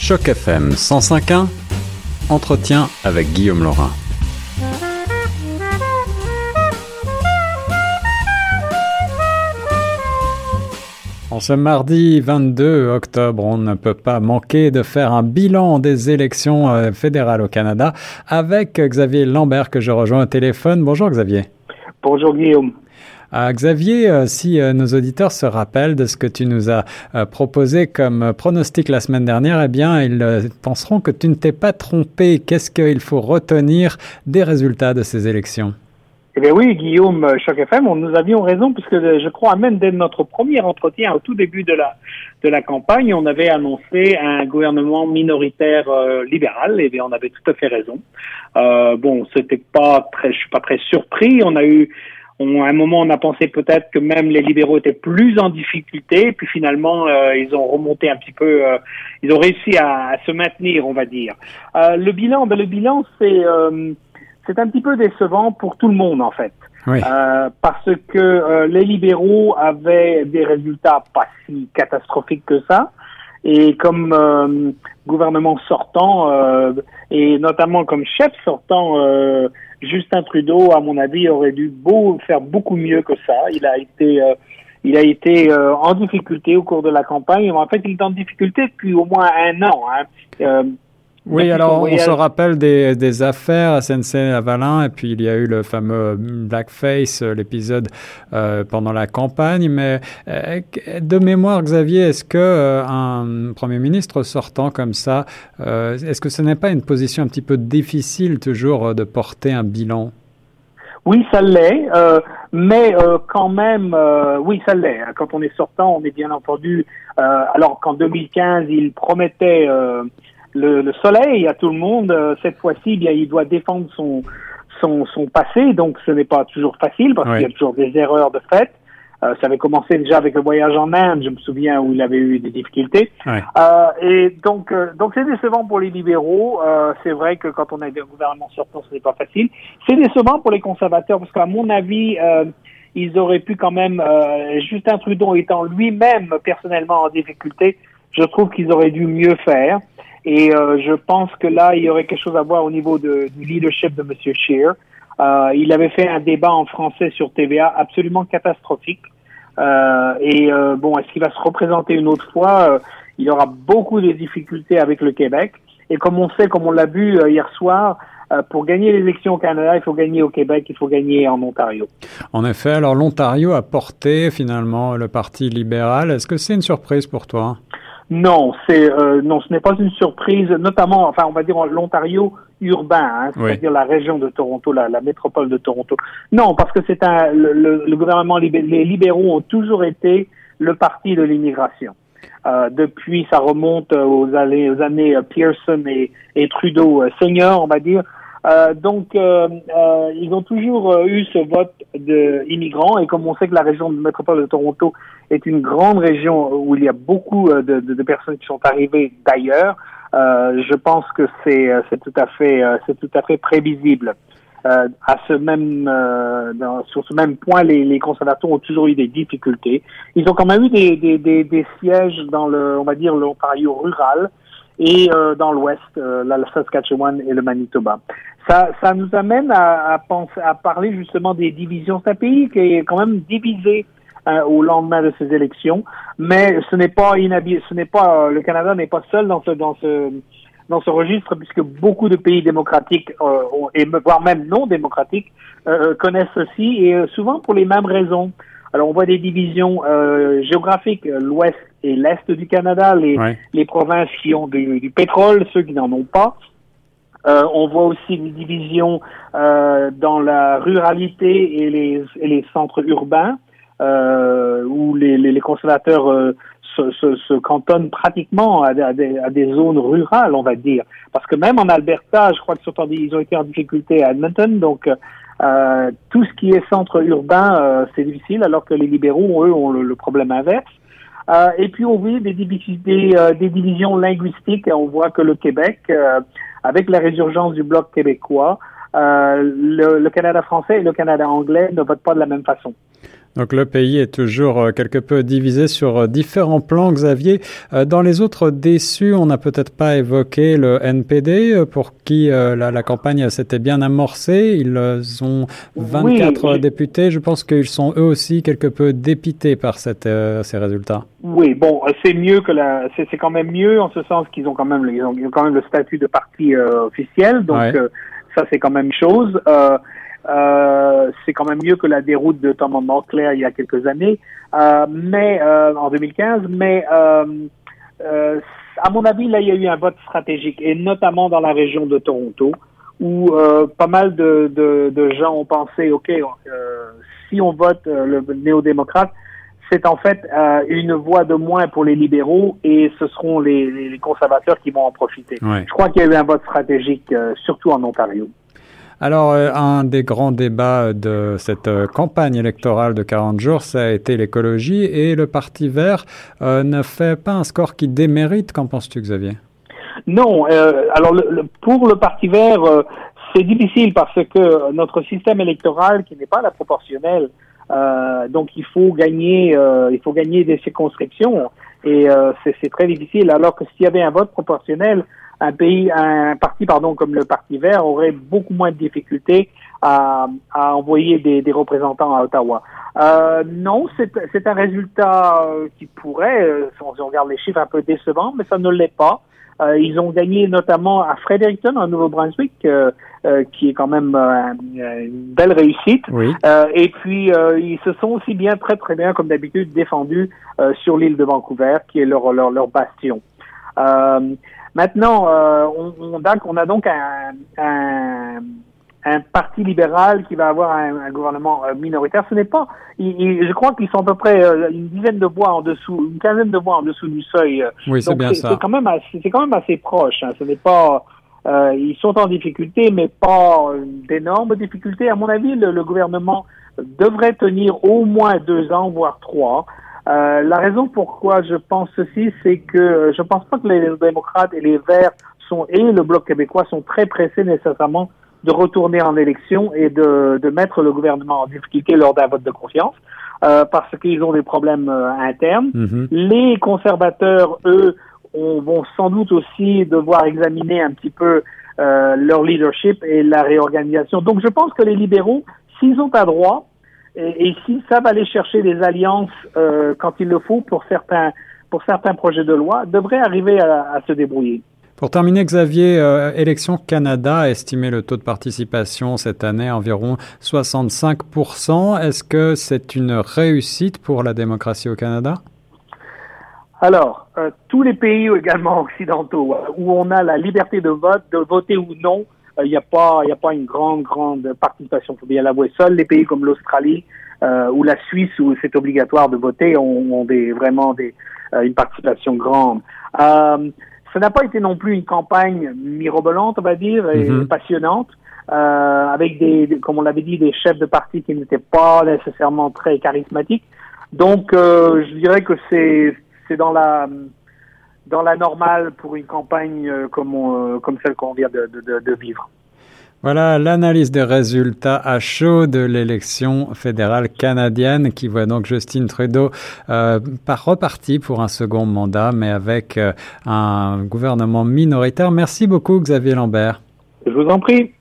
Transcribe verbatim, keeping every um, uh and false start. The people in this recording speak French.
Choc F M cent cinq point un, entretien avec Guillaume Laurin. En ce mardi vingt-deux octobre, on ne peut pas manquer de faire un bilan des élections fédérales au Canada avec Xavier Lambert que je rejoins au téléphone. Bonjour Xavier. Bonjour Guillaume. Euh, Xavier, euh, si euh, nos auditeurs se rappellent de ce que tu nous as euh, proposé comme pronostic la semaine dernière, eh bien, ils euh, penseront que tu ne t'es pas trompé. Qu'est-ce qu'il faut retenir des résultats de ces élections? Eh bien oui, Guillaume, Choc F M, on, nous avions raison puisque je crois même dès notre premier entretien au tout début de la de la campagne, on avait annoncé un gouvernement minoritaire euh, libéral. Eh bien, on avait tout à fait raison. Euh, bon, c'était pas très, je suis pas très surpris. On a eu On, à un moment, on a pensé peut-être que même les libéraux étaient plus en difficulté, puis finalement, euh, ils ont remonté un petit peu, euh, ils ont réussi à, à se maintenir, on va dire. Euh, le bilan, ben le bilan, c'est euh, c'est un petit peu décevant pour tout le monde, en fait, oui. euh, parce que euh, les libéraux avaient des résultats pas si catastrophiques que ça. Et comme euh, gouvernement sortant, euh, et notamment comme chef sortant, euh, Justin Trudeau, à mon avis, aurait dû beau, faire beaucoup mieux que ça. Il a été, euh, il a été euh, en difficulté au cours de la campagne. En fait, il est en difficulté depuis au moins un an. Hein. Euh, Oui, alors on se rappelle des, des affaires S N C-Lavalin et puis il y a eu le fameux Blackface, l'épisode euh, pendant la campagne. Mais euh, de mémoire, Xavier, est-ce que euh, un premier ministre sortant comme ça, euh, est-ce que ce n'est pas une position un petit peu difficile toujours de porter un bilan? Oui, ça l'est, euh, mais euh, quand même, euh, oui, ça l'est. Quand on est sortant, on est bien entendu, euh, alors qu'en deux mille quinze, il promettait euh, le, le soleil à tout le monde. Euh, cette fois-ci, bien, il doit défendre son son, son passé, donc ce n'est pas toujours facile parce oui. qu'il y a toujours des erreurs de fait. Euh, ça avait commencé déjà avec le voyage en Inde, je me souviens, où il avait eu des difficultés. Oui. Euh, et donc, euh, donc c'est décevant pour les libéraux. Euh, c'est vrai que quand on a un gouvernement sortant, ce n'est pas facile. C'est décevant pour les conservateurs parce qu'à mon avis, euh, ils auraient pu quand même, euh, Justin Trudeau étant lui-même personnellement en difficulté, je trouve qu'ils auraient dû mieux faire. Et euh, je pense que là, il y aurait quelque chose à voir au niveau de, du leadership de M. Scheer. Euh, il avait fait un débat en français sur T V A absolument catastrophique. Euh, et euh, bon, est-ce qu'il va se représenter une autre fois? euh, Il aura beaucoup de difficultés avec le Québec. Et comme on sait, comme on l'a vu euh, hier soir, euh, pour gagner l'élection au Canada, il faut gagner au Québec, il faut gagner en Ontario. En effet, alors l'Ontario a porté finalement le Parti libéral. Est-ce que c'est une surprise pour toi? Non, c'est euh, non, ce n'est pas une surprise, notamment, enfin, on va dire l'Ontario urbain, hein, c'est-à-dire oui. la région de Toronto, la, la métropole de Toronto. Non, parce que c'est un le, le, le gouvernement libé, les libéraux ont toujours été le parti de l'immigration. Euh, depuis, ça remonte aux années, aux années Pearson et, et Trudeau euh, senior, on va dire. Euh, donc, euh, euh, ils ont toujours euh, eu ce vote d'immigrants, et comme on sait que la région de métropole de Toronto est une grande région où il y a beaucoup euh, de, de, de personnes qui sont arrivées d'ailleurs, euh, je pense que c'est, c'est tout à fait, euh, c'est tout à fait prévisible. Euh, à ce même, euh, dans, sur ce même point, les, les conservateurs ont toujours eu des difficultés. Ils ont quand même eu des, des, des, des sièges dans le, on va dire, l'Ontario rural. Et euh, dans l'Ouest, euh, la Saskatchewan et le Manitoba. Ça, ça nous amène à, à penser, à parler justement des divisions. C'est un pays qui est quand même divisé euh, au lendemain de ces élections, mais ce n'est pas inhabituel. Ce n'est pas le Canada n'est pas seul dans ce dans ce dans ce registre, puisque beaucoup de pays démocratiques euh, et voire même non démocratiques euh, connaissent ceci, et euh, souvent pour les mêmes raisons. Alors, on voit des divisions euh, géographiques, l'Ouest et l'Est du Canada, les, ouais. les provinces qui ont du, du pétrole, ceux qui n'en ont pas. Euh, on voit aussi des divisions euh, dans la ruralité et les, et les centres urbains, euh, où les, les, les conservateurs euh, se, se, se cantonnent pratiquement à, à, des, à des zones rurales, on va dire. Parce que même en Alberta, je crois qu'ils ont été en difficulté à Edmonton, donc... Euh, tout ce qui est centre urbain, euh, c'est difficile, alors que les libéraux, eux, ont le, le problème inverse. Euh, et puis, on voit des, des, euh, des divisions linguistiques. On voit que le Québec, euh, avec la résurgence du Bloc québécois, euh, le, le Canada français et le Canada anglais ne votent pas de la même façon. Donc le pays est toujours quelque peu divisé sur différents plans, Xavier. Dans les autres déçus, on n'a peut-être pas évoqué le N P D, pour qui la, la campagne s'était bien amorcée. Ils ont vingt-quatre oui. députés. Je pense qu'ils sont eux aussi quelque peu dépités par cette, euh, ces résultats. Oui, bon, c'est mieux que la, c'est, c'est quand même mieux en ce sens qu'ils ont quand même, ils ont, ils ont quand même le statut de parti euh, officiel. Donc ouais. euh, ça c'est quand même chose. Euh, Euh, c'est quand même mieux que la déroute de Tom Montclair il y a quelques années, euh, mais euh, en deux mille quinze. Mais euh, euh, à mon avis, là, il y a eu un vote stratégique, et notamment dans la région de Toronto, où euh, pas mal de, de, de gens ont pensé, ok, euh, si on vote euh, le néo-démocrate, c'est en fait euh, une voix de moins pour les libéraux, et ce seront les, les, les conservateurs qui vont en profiter. Ouais. Je crois qu'il y a eu un vote stratégique, euh, surtout en Ontario. Alors, euh, un des grands débats de cette euh, campagne électorale de quarante jours, ça a été l'écologie, et le Parti vert euh, ne fait pas un score qui démérite. Qu'en penses-tu, Xavier? Non. Euh, alors, le, le, pour le Parti vert, euh, c'est difficile parce que notre système électoral, qui n'est pas la proportionnelle, euh, donc il faut gagner, euh, il faut gagner des circonscriptions, et euh, c'est, c'est très difficile. Alors que s'il y avait un vote proportionnel, un pays, un parti, pardon, comme le Parti vert aurait beaucoup moins de difficultés à, à envoyer des, des représentants à Ottawa. Euh, non, c'est, c'est un résultat qui pourrait, si on regarde les chiffres, un peu décevant, mais ça ne l'est pas. Euh, ils ont gagné notamment à Fredericton, en Nouveau-Brunswick, euh, euh, qui est quand même euh, une belle réussite. Oui. Euh, et puis, euh, ils se sont aussi bien, très très bien, comme d'habitude, défendus euh, sur l'île de Vancouver, qui est leur, leur, leur bastion. Euh, Maintenant, euh, on, on, on a donc un, un, un parti libéral qui va avoir un, un gouvernement euh, minoritaire. Ce n'est pas, il, il, je crois qu'ils sont à peu près euh, une dizaine de voix en dessous, une quinzaine de voix en dessous du seuil. Oui, c'est donc bien c'est, ça. C'est quand même assez, c'est quand même assez proche. Hein. Ce n'est pas, euh, ils sont en difficulté, mais pas euh, d'énormes difficultés. À mon avis, le, le gouvernement devrait tenir au moins deux ans, voire trois. Euh, la raison pourquoi je pense ceci, c'est que je pense pas que les démocrates et les Verts sont, et le Bloc québécois sont très pressés nécessairement de retourner en élection et de, de mettre le gouvernement en difficulté lors d'un vote de confiance, euh, parce qu'ils ont des problèmes euh, internes. Mm-hmm. Les conservateurs, eux, on, vont sans doute aussi devoir examiner un petit peu euh, leur leadership et la réorganisation. Donc je pense que les libéraux, s'ils ont à droit, et, et s'ils savent aller chercher des alliances euh, quand il le faut pour certains, pour certains projets de loi, devraient arriver à, à se débrouiller. Pour terminer, Xavier, euh, Élections Canada a estimé le taux de participation cette année à environ soixante-cinq pour cent. Est-ce que c'est une réussite pour la démocratie au Canada? Alors, euh, tous les pays également occidentaux où on a la liberté de vote, de voter ou non, il n'y a pas, il y a pas une grande, grande participation, il faut bien l'avouer. Seuls les pays comme l'Australie euh, ou la Suisse, où c'est obligatoire de voter, ont, ont des, vraiment des, euh, une participation grande. Euh, ça n'a pas été non plus une campagne mirobolante, on va dire, et mm-hmm. passionnante, euh, avec des, des, comme on l'avait dit, des chefs de parti qui n'étaient pas nécessairement très charismatiques. Donc, euh, je dirais que c'est, c'est dans la dans la normale pour une campagne euh, comme, on, comme celle qu'on vient de, de, de vivre. Voilà l'analyse des résultats à chaud de l'élection fédérale canadienne qui voit donc Justin Trudeau euh, par reparti pour un second mandat, mais avec euh, un gouvernement minoritaire. Merci beaucoup, Xavier Lambert. Je vous en prie.